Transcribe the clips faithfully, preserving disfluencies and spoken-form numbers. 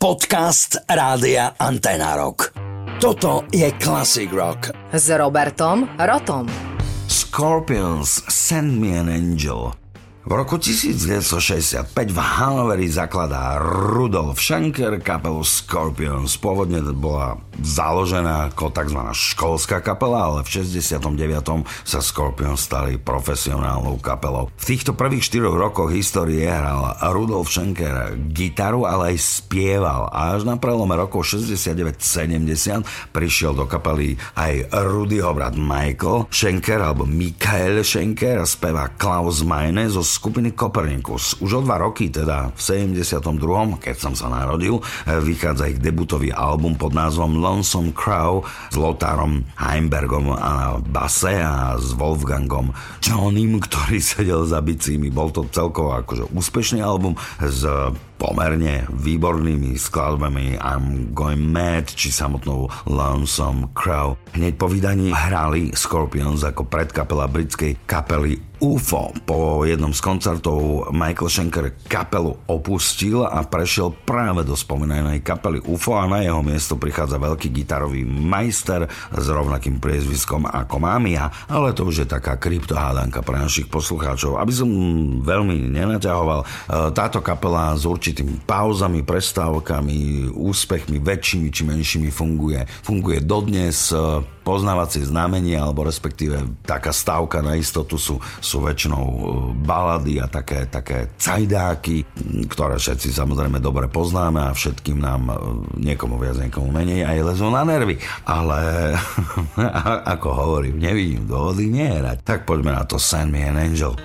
Podcast Rádia Anténa Rock. Toto je Classic Rock. S Robertom Rotom. Scorpions, Send Me an Angel. V roku devätnásťstošesťdesiatpäť v Hannoveri zakladá Rudolf Schenker kapelu Scorpions. Pôvodne bola založená ako tzv. Školská kapela, ale v šesťdesiatom deviatom sa Scorpions stali profesionálnou kapelou. V týchto prvých štyroch rokoch histórie hral Rudolf Schenker gitaru, ale aj spieval. A až na prelome rokov šesťdesiatdeväť sedemdesiat prišiel do kapely aj Rudyho brat Michael Schenker, alebo Michael Schenker, a spevá Klaus Meine zo skupiny Copernicus. Už o dva roky, teda v sedemdesiatom druhom, keď som sa narodil, vychádza ich debutový album pod názvom Lonesome Crow s Lotharom Heimbergom a na base a s Wolfgangom Johnim, ktorý sedel za bicími. Bol to celkovo akože úspešný album s pomerne výbornými skladbami I'm Going Mad či samotnou Lonesome Crow. Hneď po vydaní hrali Scorpions ako predkapela britskej kapely ú ef ó. Po jednom z koncertov Michael Schenker kapelu opustil a prešiel práve do spomínanej kapely ú ef ó a na jeho miesto prichádza veľký gitarový majster s rovnakým priezviskom ako mám ja, ale to už je taká kryptohádanka pre našich poslucháčov. Aby som veľmi nenaťahoval, táto kapela s určitými pauzami, prestávkami, úspechmi väčšími či menšími funguje. Funguje dodnes. Poznávacie znamenie, alebo respektíve taká stávka na istotu sú, sú väčšinou balady a také, také cajdáky, ktoré všetci samozrejme dobre poznáme a všetkým nám niekomu viac, niekomu menej aj lezú na nervy. Ale ako hovorím, nevidím dôvody nehrať. Tak poďme na to Send Me an Angel.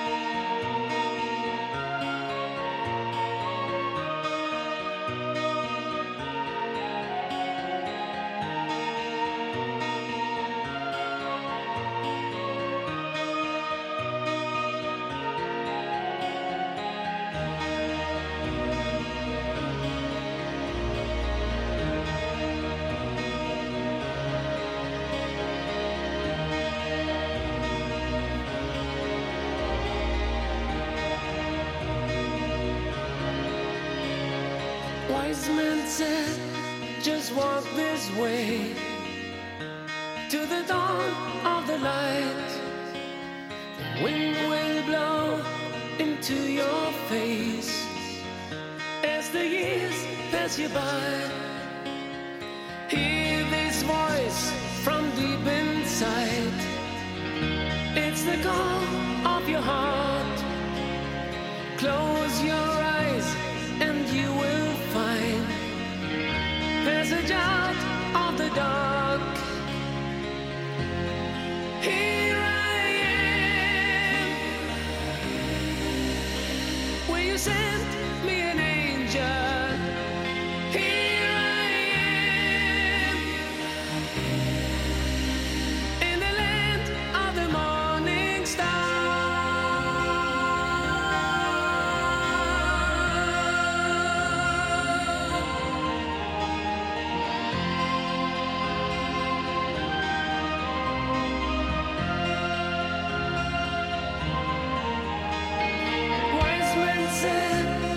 Wise men said, just walk this way to the dawn of the light. The wind will blow into your face as the years pass you by. Hear this voice from deep inside. It's the call of your heart. Close your eyes and you will find passage out of the dark. Here I am. Will you send me an angel? Here I am. In the land of the morning star. Said,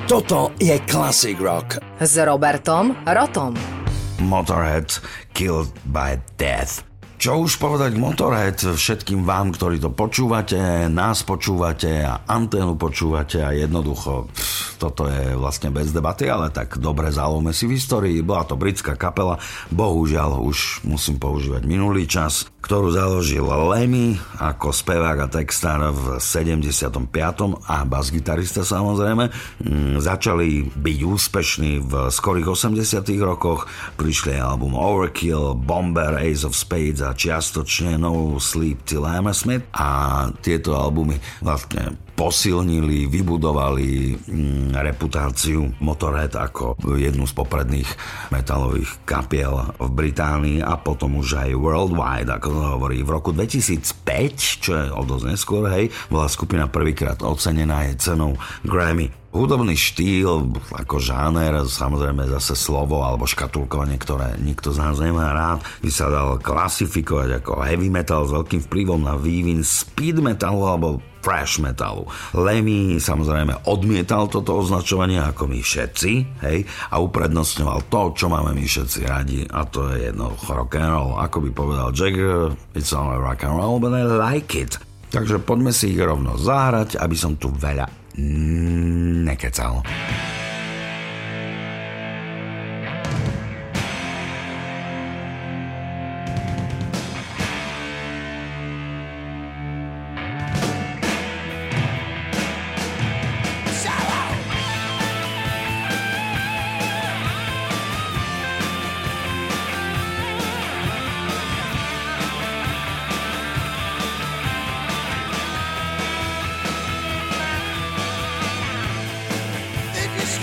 Toto je Classic Rock. S Robertom Rotom. Motorhead Killed by Death. Čo už povedať Motorhead všetkým vám, ktorí to počúvate, nás počúvate a anténu počúvate a jednoducho pff, toto je vlastne bez debaty, ale tak dobre zálohme si v histórii. Bola to britská kapela, bohužiaľ už musím používať minulý čas, ktorú založil Lemmy ako spevák a textár v sedemdesiatom piatom a basgitarista samozrejme. Mm, začali byť úspešní v skorých osemdesiatych rokoch, prišli album Overkill, Bomber, Ace of Spades a čiastočne No Sleep Till Hammersmith a tieto albumy vlastne posilnili, vybudovali mm, reputáciu Motorhead ako jednu z popredných metalových kapiel v Británii a potom už aj worldwide, ako to hovorí. V roku dvetisícpäť, čo je o dosť neskôr, hej, bola skupina prvýkrát ocenená jej cenou Grammy. Hudobný štýl, ako žáner, samozrejme zase slovo alebo škatulkovanie, ktoré nikto z nás nemá rád, by sa dal klasifikovať ako heavy metal s veľkým vplyvom na vývin speed metalu alebo thrash metalu. Lemmy samozrejme odmietal toto označovanie ako my všetci, hej, a uprednostňoval to, čo máme my všetci radi, a to je jednoducho rock and roll. Ako by povedal Jagger, it's all rock and roll, but I like it. Takže poďme si ich rovno zahrať, aby som tu veľa nekecal. If you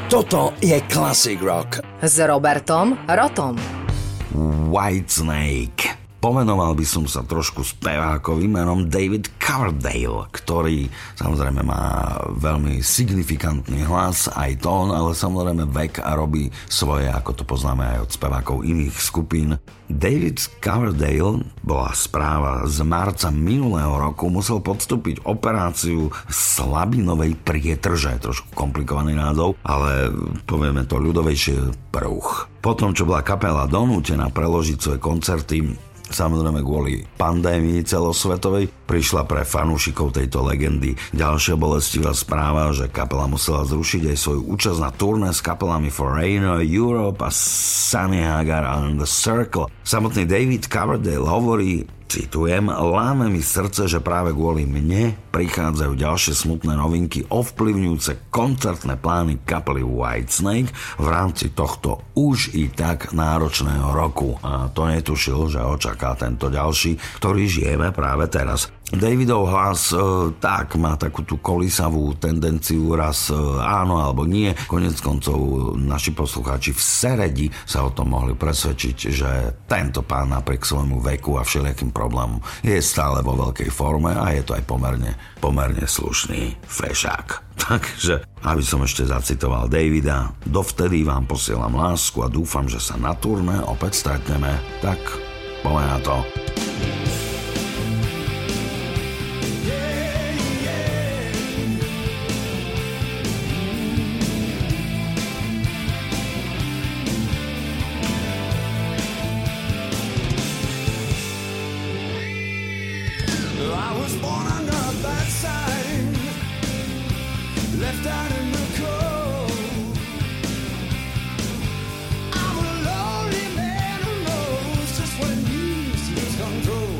Toto je Classic Rock. S Robertom Rotom. Whitesnake. Pomenoval by som sa trošku spevákovi menom David Coverdale, ktorý samozrejme má veľmi signifikantný hlas, aj tón, ale samozrejme vek a robí svoje, ako to poznáme aj od spevákov iných skupín. David Coverdale, bola správa z marca minulého roku, musel podstúpiť operáciu slabinovej prietrže, trošku komplikovaný názov, ale povieme to ľudovejšie, prúch. Potom, čo bola kapela donútená preložiť svoje koncerty, samozrejme kvôli pandémii celosvetovej, prišla pre fanúšikov tejto legendy ďalšia bolestivá správa, že kapela musela zrušiť aj svoju účasť na turné s kapelami Foreigner Europe a Sammy Hagar and the Circle. Samotný David Coverdale hovorí, citujem, láme mi srdce, že práve kvôli mne prichádzajú ďalšie smutné novinky ovplyvňujúce koncertné plány kapely Whitesnake v rámci tohto už i tak náročného roku. A to netušil, že očaká tento ďalší, ktorý žijeme práve teraz. Davidov hlas e, tak má takú tú kolísavú tendenciu raz e, áno alebo nie. Konec koncov naši poslucháči v Seredi sa o tom mohli presvedčiť, že tento pán napriek svojmu veku a všelijakým problémom je stále vo veľkej forme a je to aj pomerne, pomerne slušný fešák. Takže, aby som ešte zacitoval Davida, dovtedy vám posielam lásku a dúfam, že sa na turné opäť stretneme. Tak, poďme na to. Left out in the cold, I'm a lonely man who knows just what it means to lose control.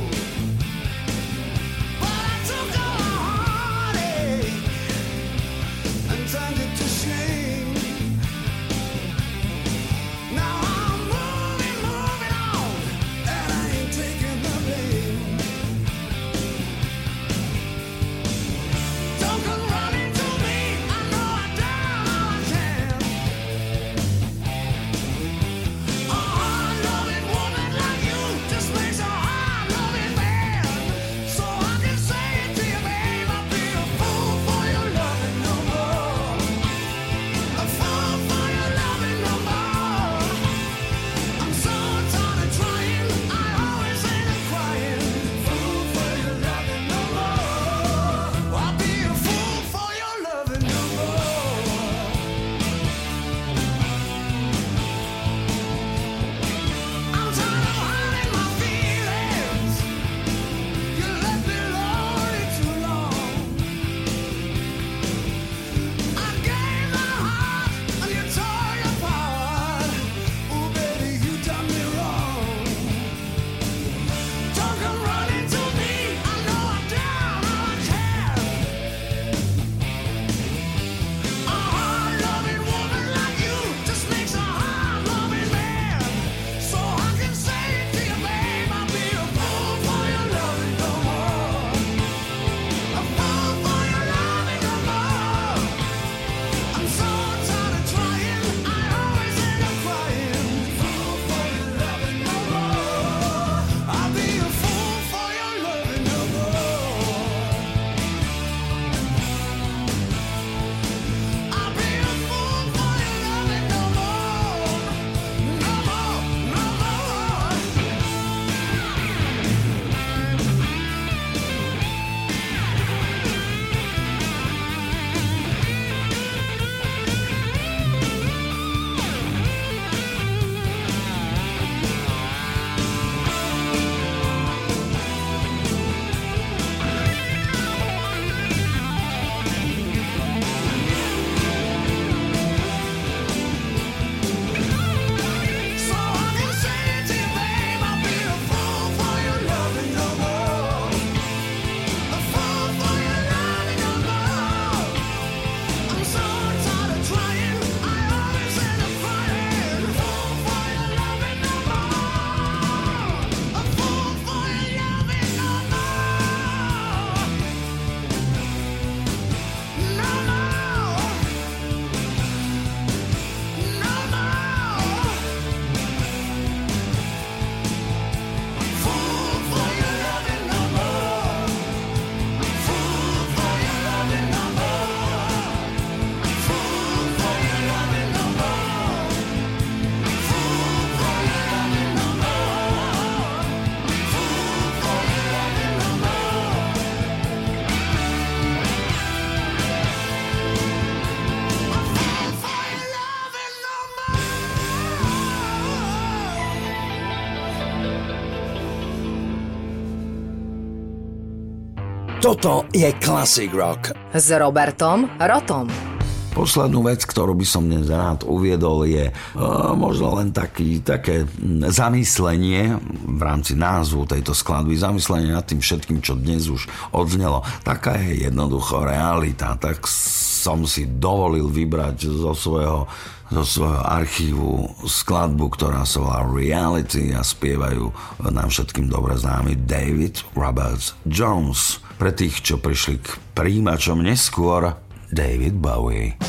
Toto je Classic Rock. S Robertom Rotom. Poslednú vec, ktorú by som dnes rád uviedol, je uh, možno len taký, také zamyslenie v rámci názvu tejto skladby, zamyslenie nad tým všetkým, čo dnes už odznelo. Taká je jednoducho realita, tak som si dovolil vybrať zo svojho, zo svojho archívu skladbu, ktorá sa volá Reality a spievajú nám všetkým dobre známy David Roberts Jones. Pre tých, čo prišli k príjimačom neskôr, David Bowie.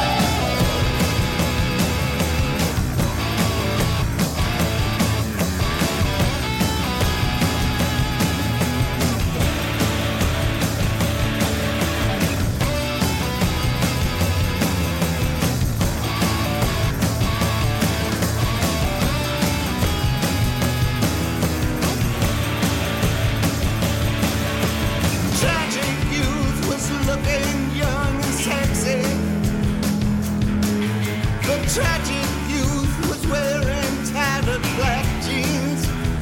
Tragic youth was wearing tattered black jeans,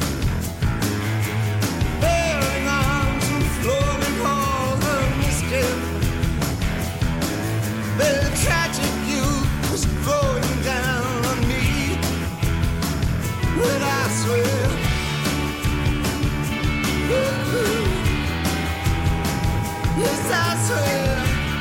bearing arms and floating all the mischief. The tragic youth was growing down on me, but I swear, ooh, yes I swear.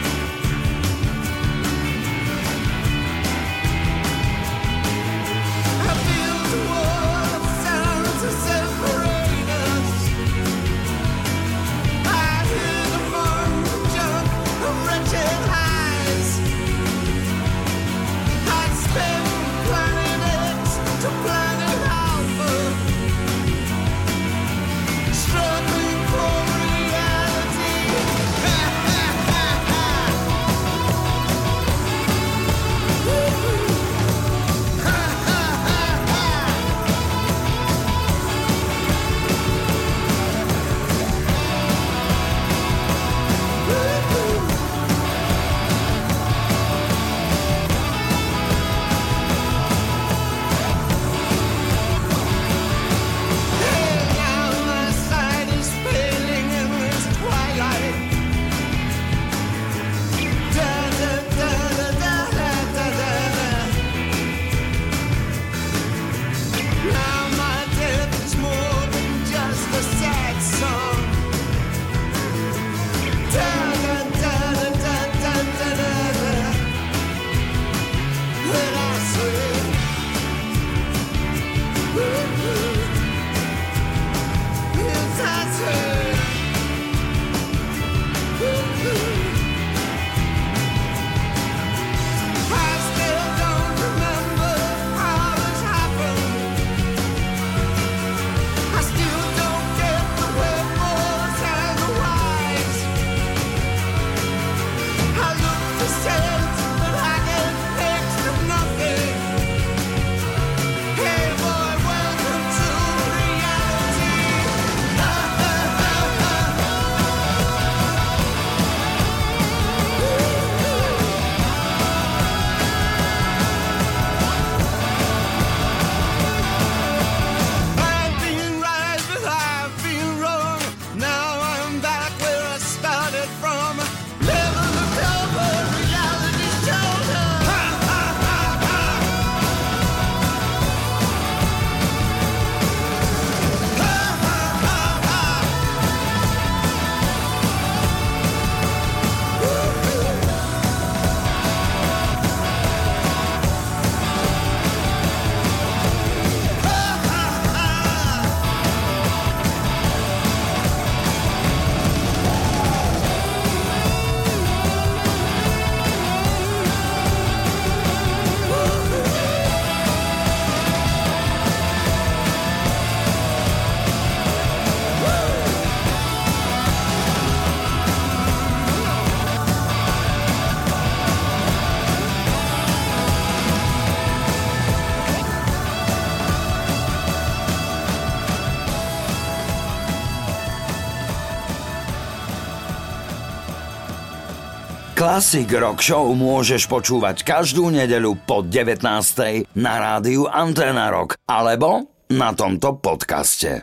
Classic Rock Show môžeš počúvať každú nedeľu po devätnástej na rádiu Anténa Rock alebo na tomto podcaste.